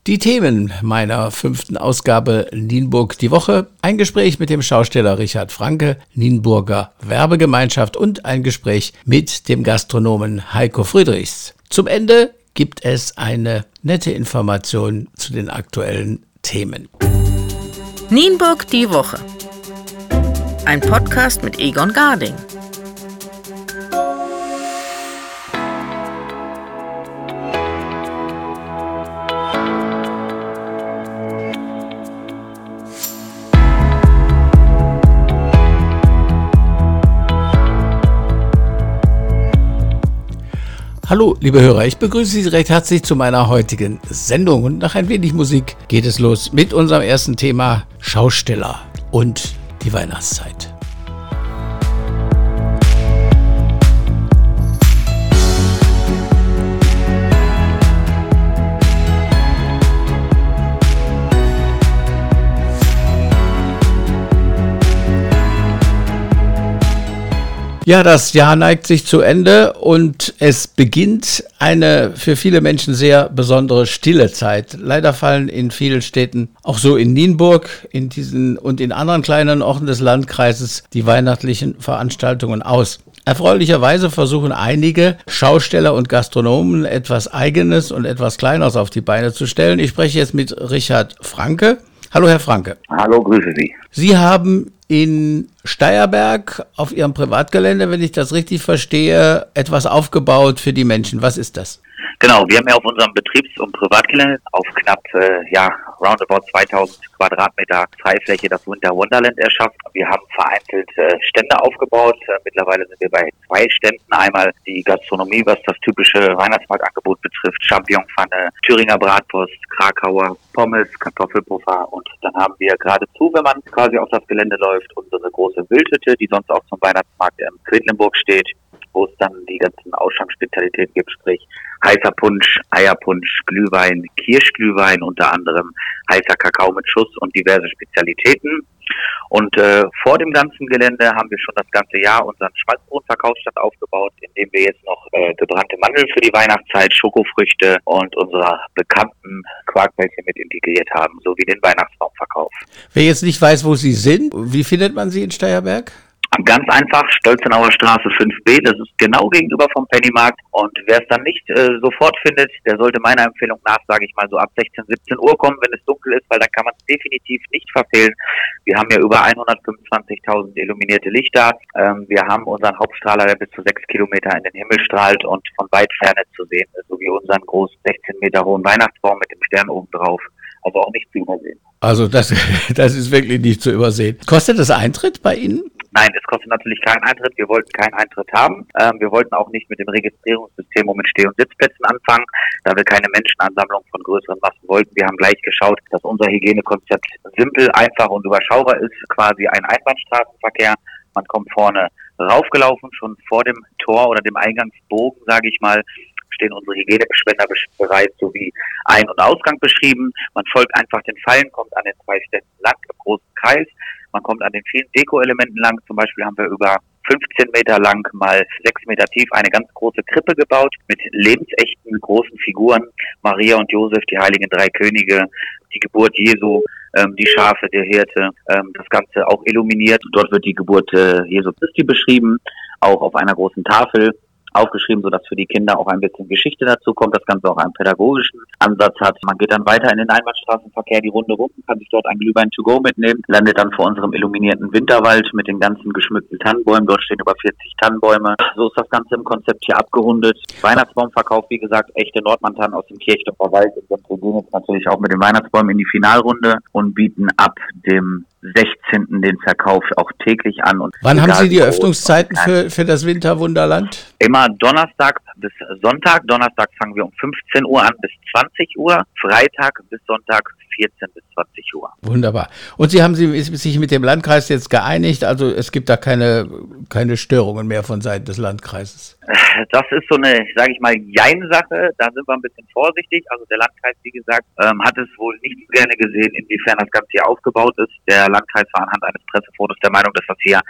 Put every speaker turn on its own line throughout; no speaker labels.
Die Themen meiner 5. Ausgabe Nienburg die Woche. Ein Gespräch mit dem Schausteller Richard Franke, Nienburger Werbegemeinschaft und ein Gespräch mit dem Gastronomen Heiko Friedrichs. Zum Ende gibt es eine nette Information zu den aktuellen Themen.
Nienburg die Woche. Ein Podcast mit Egon Garding.
Hallo, liebe Hörer, ich begrüße Sie recht herzlich zu meiner heutigen Sendung. Und nach ein wenig Musik geht es los mit unserem ersten Thema Schausteller und die Weihnachtszeit. Ja, das Jahr neigt sich zu Ende und es beginnt eine für viele Menschen sehr besondere stille Zeit. Leider fallen in vielen Städten, auch so in Nienburg, in diesen und in anderen kleinen Orten des Landkreises, die weihnachtlichen Veranstaltungen aus. Erfreulicherweise versuchen einige Schausteller und Gastronomen etwas Eigenes und etwas Kleineres auf die Beine zu stellen. Ich spreche jetzt mit Richard Franke. Hallo, Herr Franke.
Hallo, grüße Sie.
Sie haben in Steierberg auf Ihrem Privatgelände, wenn ich das richtig verstehe, etwas aufgebaut für die Menschen. Was ist das?
Genau, wir haben ja auf unserem Betriebs- und Privatgelände auf knapp roundabout 2000 Quadratmeter Freifläche das Winter Wonderland erschaffen. Wir haben vereinzelt Stände aufgebaut. Mittlerweile sind wir bei 2 Ständen. Einmal die Gastronomie, was das typische Weihnachtsmarktangebot betrifft. Champignonpfanne, Thüringer Bratwurst, Krakauer, Pommes, Kartoffelpuffer. Und dann haben wir geradezu, wenn man quasi auf das Gelände läuft, unsere große Wildhütte, die sonst auch zum Weihnachtsmarkt in Quedlinburg steht, wo es dann die ganzen Ausschankspezialitäten gibt, sprich heißer Punsch, Eierpunsch, Glühwein, Kirschglühwein, unter anderem heißer Kakao mit Schuss und diverse Spezialitäten. Und vor dem ganzen Gelände haben wir schon das ganze Jahr unseren Schmalzbrot-Verkaufsstand aufgebaut, in dem wir jetzt noch gebrannte Mandeln für die Weihnachtszeit, Schokofrüchte und unsere bekannten Quarkbällchen mit integriert haben, sowie den Weihnachtsbaumverkauf.
Wer jetzt nicht weiß, wo Sie sind, wie findet man Sie in Steierberg?
Ganz einfach, Stolzenauer Straße 5b, das ist genau gegenüber vom Pennymarkt. Und wer es dann nicht sofort findet, der sollte meiner Empfehlung nach, sage ich mal, so ab 16, 17 Uhr kommen, wenn es dunkel ist, weil dann kann man es definitiv nicht verfehlen. Wir haben ja über 125.000 illuminierte Lichter. Wir haben unseren Hauptstrahler, der bis zu 6 Kilometer in den Himmel strahlt und von weit Ferne zu sehen ist, sowie unseren großen 16 Meter hohen Weihnachtsbaum mit dem Stern oben drauf. Also auch nicht zu übersehen.
Also das ist wirklich nicht zu übersehen. Kostet das Eintritt bei Ihnen?
Nein, es kostet natürlich keinen Eintritt. Wir wollten keinen Eintritt haben. Wir wollten auch nicht mit dem Registrierungssystem und mit Steh- und Sitzplätzen anfangen, da wir keine Menschenansammlung von größeren Massen wollten. Wir haben gleich geschaut, dass unser Hygienekonzept simpel, einfach und überschaubar ist. Quasi ein Einbahnstraßenverkehr. Man kommt vorne raufgelaufen, schon vor dem Tor oder dem Eingangsbogen, sage ich mal, stehen unsere Hygienespender bereit, sowie Ein- und Ausgang beschrieben. Man folgt einfach den Pfeilen, kommt an den 2 Ständen lang im großen Kreis. Man kommt an den vielen Deko-Elementen lang. Zum Beispiel haben wir über 15 Meter lang mal 6 Meter tief eine ganz große Krippe gebaut mit lebensechten großen Figuren. Maria und Josef, die heiligen 3 Könige, die Geburt Jesu, die Schafe, der Hirte, das Ganze auch illuminiert. Dort wird die Geburt Jesu Christi beschrieben, auch auf einer großen Tafel aufgeschrieben, sodass für die Kinder auch ein bisschen Geschichte dazu kommt, das Ganze auch einen pädagogischen Ansatz hat. Man geht dann weiter in den Einbahnstraßenverkehr, die Runde rum, kann sich dort ein Glühwein to go mitnehmen, landet dann vor unserem illuminierten Winterwald mit den ganzen geschmückten Tannenbäumen. Dort stehen über 40 Tannenbäume. So ist das Ganze im Konzept hier abgerundet. Weihnachtsbaumverkauf, wie gesagt, echte Nordmantanen aus dem Kirchdorfer Wald. Wir gehen jetzt natürlich auch mit den Weihnachtsbäumen in die Finalrunde und bieten ab dem 16. den Verkauf auch täglich an. Und
wann haben Sie die Öffnungszeiten für das Winterwunderland?
Immer Donnerstag bis Sonntag. Donnerstag fangen wir um 15 Uhr an bis 20 Uhr. Freitag bis Sonntag 14 bis 20 Uhr.
Wunderbar. Und Sie haben sich mit dem Landkreis jetzt geeinigt? Also es gibt da keine Störungen mehr von Seiten des Landkreises?
Das ist so eine, sage ich mal, Jein-Sache. Da sind wir ein bisschen vorsichtig. Also der Landkreis, wie gesagt, hat es wohl nicht gerne gesehen, inwiefern das Ganze hier aufgebaut ist. Der Landkreis war anhand eines Pressefotos der Meinung, dass das hier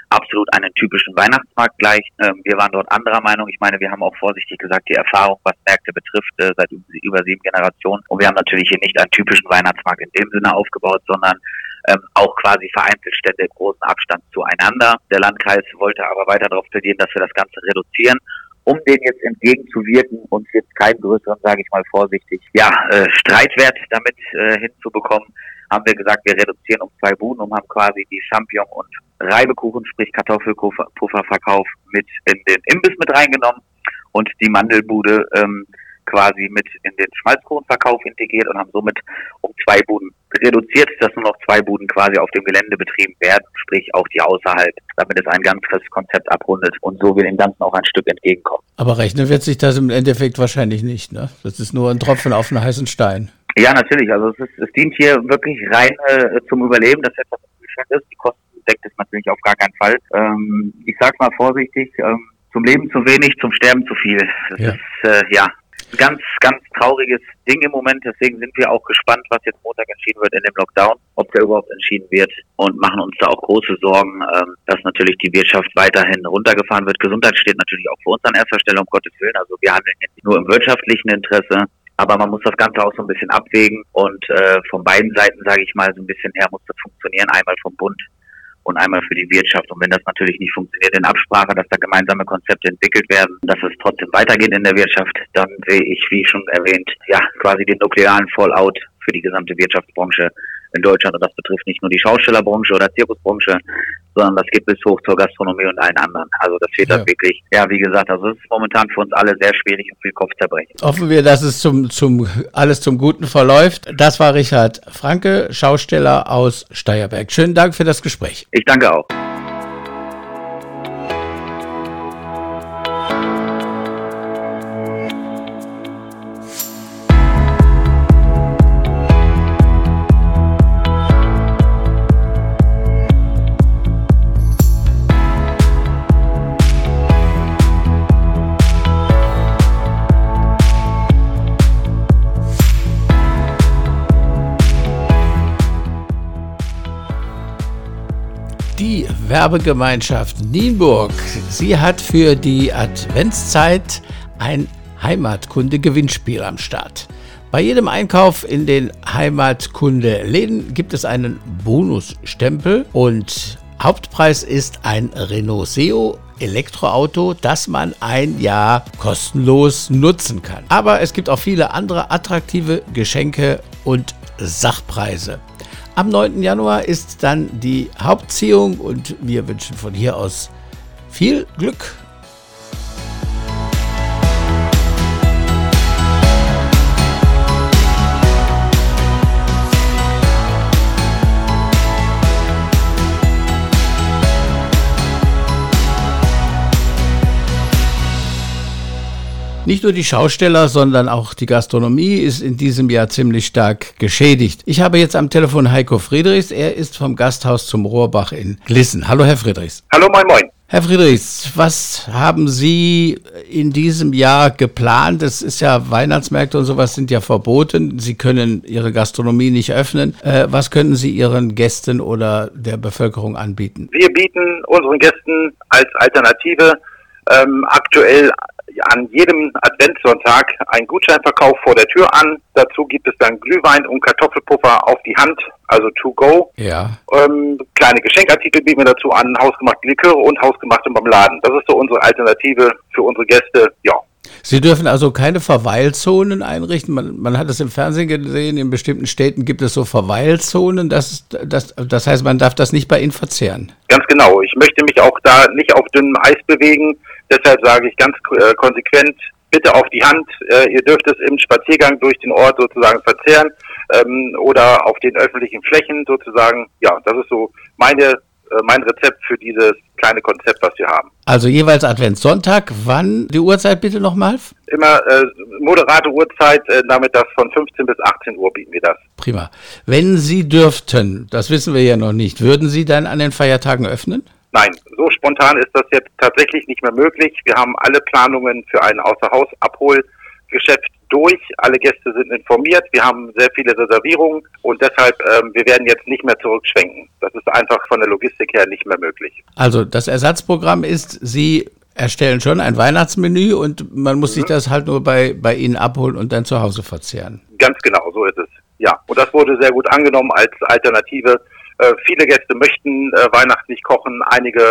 absolut einen typischen Weihnachtsmarkt gleicht. Wir waren dort anderer Meinung. Ich meine, wir haben auch vorsichtig gesagt, die Erfahrung, was Märkte betrifft, seit über 7 Generationen. Und wir haben natürlich hier nicht einen typischen Weihnachtsmarkt in dem Sinne aufgebaut, sondern auch quasi vereinzelt Stände im großen Abstand zueinander. Der Landkreis wollte aber weiter darauf plädieren, dass wir das Ganze reduzieren. Um dem jetzt entgegenzuwirken, uns jetzt keinen größeren, sage ich mal vorsichtig, Streitwert damit hinzubekommen, haben wir gesagt, wir reduzieren um 2 Buden und haben quasi die Champignon- und Reibekuchen, sprich Kartoffelpufferverkauf mit in den Imbiss mit reingenommen und die Mandelbude quasi mit in den Schmalzkuchenverkauf integriert und haben somit um 2 Buden reduziert, dass nur noch 2 Buden quasi auf dem Gelände betrieben werden, sprich auch die außerhalb, damit es ein ganz festes Konzept abrundet und so wir dem Ganzen auch ein Stück entgegenkommen.
Aber rechnen wird sich das im Endeffekt wahrscheinlich nicht, ne? Das ist nur ein Tropfen auf einen heißen Stein.
Ja, natürlich. Also es dient hier wirklich rein zum Überleben, dass etwas ungeschickt ist. Die Kosten deckt es natürlich auf gar keinen Fall. Ich sag's mal vorsichtig, zum Leben zu wenig, zum Sterben zu viel. Das ist ein ganz, ganz trauriges Ding im Moment. Deswegen sind wir auch gespannt, was jetzt Montag entschieden wird in dem Lockdown, ob der überhaupt entschieden wird und machen uns da auch große Sorgen, dass natürlich die Wirtschaft weiterhin runtergefahren wird. Gesundheit steht natürlich auch für uns an erster Stelle, um Gottes Willen. Also wir handeln jetzt nicht nur im wirtschaftlichen Interesse, aber man muss das Ganze auch so ein bisschen abwägen und von beiden Seiten, sage ich mal, so ein bisschen her muss das funktionieren. Einmal vom Bund und einmal für die Wirtschaft. Und wenn das natürlich nicht funktioniert in Absprache, dass da gemeinsame Konzepte entwickelt werden, dass es trotzdem weitergeht in der Wirtschaft, dann sehe ich, wie schon erwähnt, quasi den nuklearen Fallout für die gesamte Wirtschaftsbranche in Deutschland. Und das betrifft nicht nur die Schaustellerbranche oder Zirkusbranche, sondern das geht bis hoch zur Gastronomie und allen anderen. Also das wird dann wirklich, wie gesagt, also es ist momentan für uns alle sehr schwierig und viel Kopfzerbrechen.
Hoffen wir, dass es alles zum Guten verläuft. Das war Richard Franke, Schausteller aus Steyerberg. Schönen Dank für das Gespräch.
Ich danke auch.
Die Werbegemeinschaft Nienburg, sie hat für die Adventszeit ein Heimatkunde-Gewinnspiel am Start. Bei jedem Einkauf in den Heimatkunde-Läden gibt es einen Bonusstempel und Hauptpreis ist ein Renault Seo Elektroauto, das man ein Jahr kostenlos nutzen kann. Aber es gibt auch viele andere attraktive Geschenke und Sachpreise. Am 9. Januar ist dann die Hauptziehung und wir wünschen von hier aus viel Glück. Nicht nur die Schausteller, sondern auch die Gastronomie ist in diesem Jahr ziemlich stark geschädigt. Ich habe jetzt am Telefon Heiko Friedrichs. Er ist vom Gasthaus zum Rohrbach in Glissen. Hallo, Herr Friedrichs.
Hallo, moin, moin.
Herr Friedrichs, was haben Sie in diesem Jahr geplant? Es ist ja, Weihnachtsmärkte und sowas sind ja verboten. Sie können Ihre Gastronomie nicht öffnen. Was können Sie Ihren Gästen oder der Bevölkerung anbieten?
Wir bieten unseren Gästen als Alternative aktuell an jedem Adventssonntag einen Gutscheinverkauf vor der Tür an. Dazu gibt es dann Glühwein und Kartoffelpuffer auf die Hand, also to go.
Ja.
Kleine Geschenkartikel bieten wir dazu an, hausgemachte Liköre und hausgemachte Marmeladen. Das ist so unsere Alternative für unsere Gäste, ja.
Sie dürfen also keine Verweilzonen einrichten. Man hat es im Fernsehen gesehen, in bestimmten Städten gibt es so Verweilzonen. Das heißt, man darf das nicht bei Ihnen verzehren.
Ganz genau. Ich möchte mich auch da nicht auf dünnem Eis bewegen. Deshalb sage ich ganz konsequent, bitte auf die Hand. Ihr dürft es im Spaziergang durch den Ort sozusagen verzehren oder auf den öffentlichen Flächen sozusagen. Ja, das ist so mein Rezept für dieses kleine Konzept, was wir haben.
Also jeweils Adventssonntag. Wann die Uhrzeit bitte nochmal?
Immer moderate Uhrzeit, damit das von 15 bis 18 Uhr bieten wir das.
Prima. Wenn Sie dürften, das wissen wir ja noch nicht, würden Sie dann an den Feiertagen öffnen?
Nein, so spontan ist das jetzt tatsächlich nicht mehr möglich. Wir haben alle Planungen für einen Außerhaus-Abholbetrieb Geschäft durch. Alle Gäste sind informiert. Wir haben sehr viele Reservierungen und deshalb, wir werden jetzt nicht mehr zurückschwenken. Das ist einfach von der Logistik her nicht mehr möglich.
Also das Ersatzprogramm ist, Sie erstellen schon ein Weihnachtsmenü und man muss sich das halt nur bei Ihnen abholen und dann zu Hause verzehren.
Ganz genau, so ist es. Ja, und das wurde sehr gut angenommen als Alternative. Viele Gäste möchten Weihnachten nicht kochen. Einige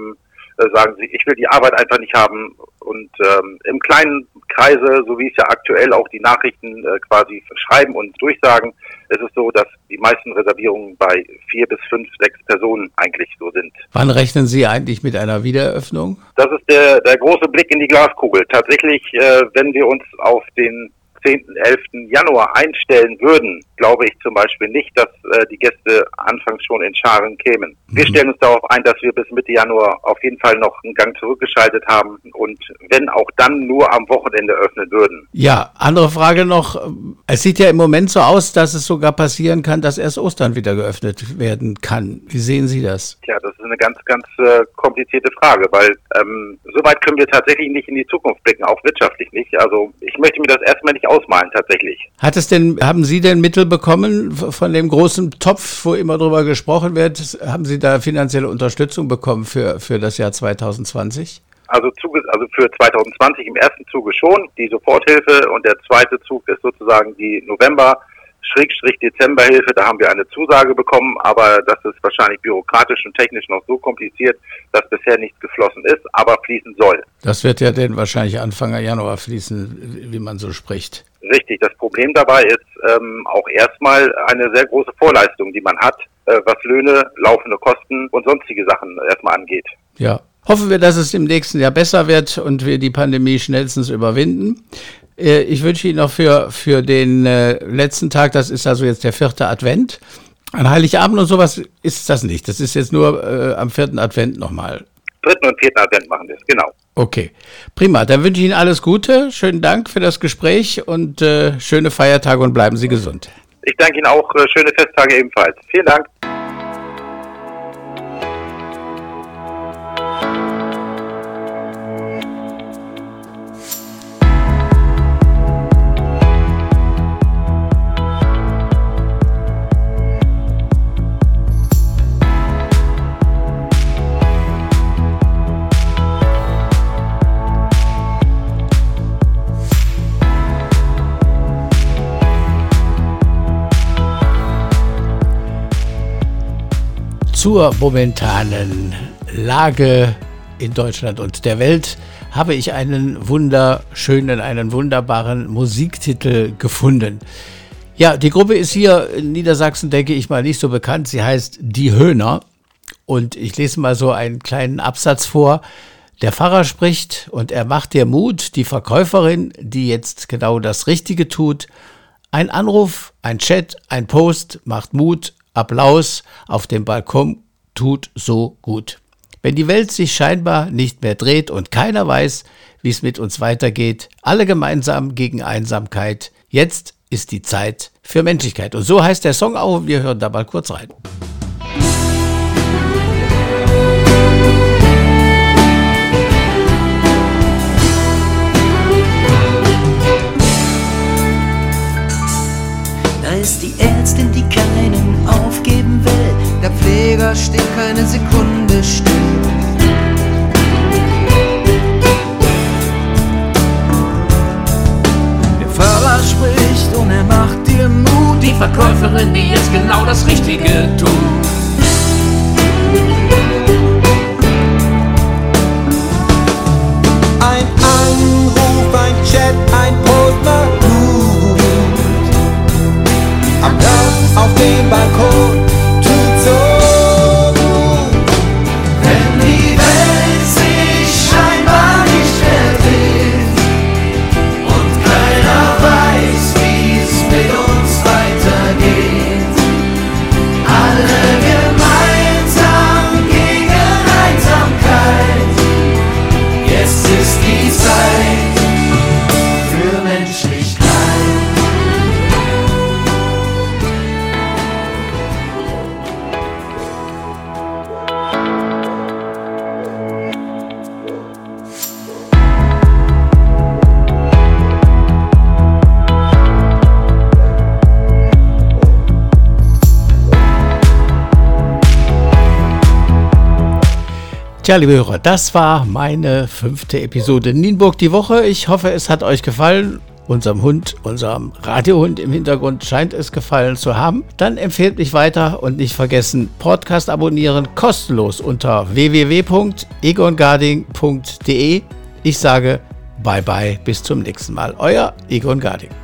sagen sie, ich will die Arbeit einfach nicht haben. Und im kleinen Kreise, so wie es ja aktuell auch die Nachrichten quasi schreiben und durchsagen, ist es so, dass die meisten Reservierungen bei 4 bis 5, 6 Personen eigentlich so sind.
Wann rechnen Sie eigentlich mit einer Wiedereröffnung?
Das ist der große Blick in die Glaskugel. Tatsächlich, wenn wir uns auf den 10., 11. Januar einstellen würden, glaube ich zum Beispiel nicht, dass die Gäste anfangs schon in Scharen kämen. Wir stellen uns darauf ein, dass wir bis Mitte Januar auf jeden Fall noch einen Gang zurückgeschaltet haben und wenn auch dann nur am Wochenende öffnen würden.
Ja, andere Frage noch. Es sieht ja im Moment so aus, dass es sogar passieren kann, dass erst Ostern wieder geöffnet werden kann. Wie sehen Sie das?
Tja, das ist eine ganz, ganz komplizierte Frage, weil so weit können wir tatsächlich nicht in die Zukunft blicken, auch wirtschaftlich nicht. Also ich möchte mir das erstmal nicht ausmalen, tatsächlich.
Haben Sie denn Mittel bekommen von dem großen Topf, wo immer drüber gesprochen wird? Haben Sie da finanzielle Unterstützung bekommen für das Jahr 2020?
Also für 2020 im ersten Zuge schon, die Soforthilfe, und der zweite Zug ist sozusagen die November-Dezemberhilfe. Da haben wir eine Zusage bekommen, aber das ist wahrscheinlich bürokratisch und technisch noch so kompliziert, dass bisher nichts geflossen ist, aber fließen soll.
Das wird ja dann wahrscheinlich Anfang Januar fließen, wie man so spricht.
Richtig, das Problem dabei ist auch erstmal eine sehr große Vorleistung, die man hat, was Löhne, laufende Kosten und sonstige Sachen erstmal angeht.
Ja, hoffen wir, dass es im nächsten Jahr besser wird und wir die Pandemie schnellstens überwinden. Ich wünsche Ihnen noch für den letzten Tag, das ist also jetzt der 4. Advent, an Heiligabend und sowas ist das nicht. Das ist jetzt nur am 4. Advent nochmal.
3. und 4. Advent machen wir es, genau.
Okay, prima. Dann wünsche ich Ihnen alles Gute. Schönen Dank für das Gespräch und schöne Feiertage und bleiben Sie gesund.
Ich danke Ihnen auch. Schöne Festtage ebenfalls. Vielen Dank.
Zur momentanen Lage in Deutschland und der Welt habe ich einen wunderbaren Musiktitel gefunden. Ja, die Gruppe ist hier in Niedersachsen, denke ich mal, nicht so bekannt. Sie heißt Die Höhner und ich lese mal so einen kleinen Absatz vor. Der Pfarrer spricht und er macht dir Mut, die Verkäuferin, die jetzt genau das Richtige tut. Ein Anruf, ein Chat, ein Post macht Mut, Applaus auf dem Balkon tut so gut. Wenn die Welt sich scheinbar nicht mehr dreht und keiner weiß, wie es mit uns weitergeht, alle gemeinsam gegen Einsamkeit, jetzt ist die Zeit für Menschlichkeit. Und so heißt der Song auch, wir hören da mal kurz rein.
Da ist die Ärztin, die keinen aufgeben will. Der Pfleger steht keine Sekunde still. Der Pfarrer spricht und er macht dir Mut.
Die Verkäuferin, die jetzt genau das Richtige tut.
Ein Anruf, ein Chat, ein Post macht Mut. Applaus auf dem Balkon tut so gut.
Wenn die Welt sich scheinbar nicht mehr dreht und keiner weiß, wie es mit uns weitergeht, alle gemeinsam gegen Einsamkeit, jetzt ist die Zeit für Menschlichkeit.
Tja, liebe Hörer, das war meine 5. Episode Nienburg die Woche. Ich hoffe, es hat euch gefallen. Unserem Radiohund im Hintergrund scheint es gefallen zu haben. Dann empfehlt mich weiter und nicht vergessen, Podcast abonnieren kostenlos unter www.egongarding.de. Ich sage bye bye, bis zum nächsten Mal. Euer Egon Garding.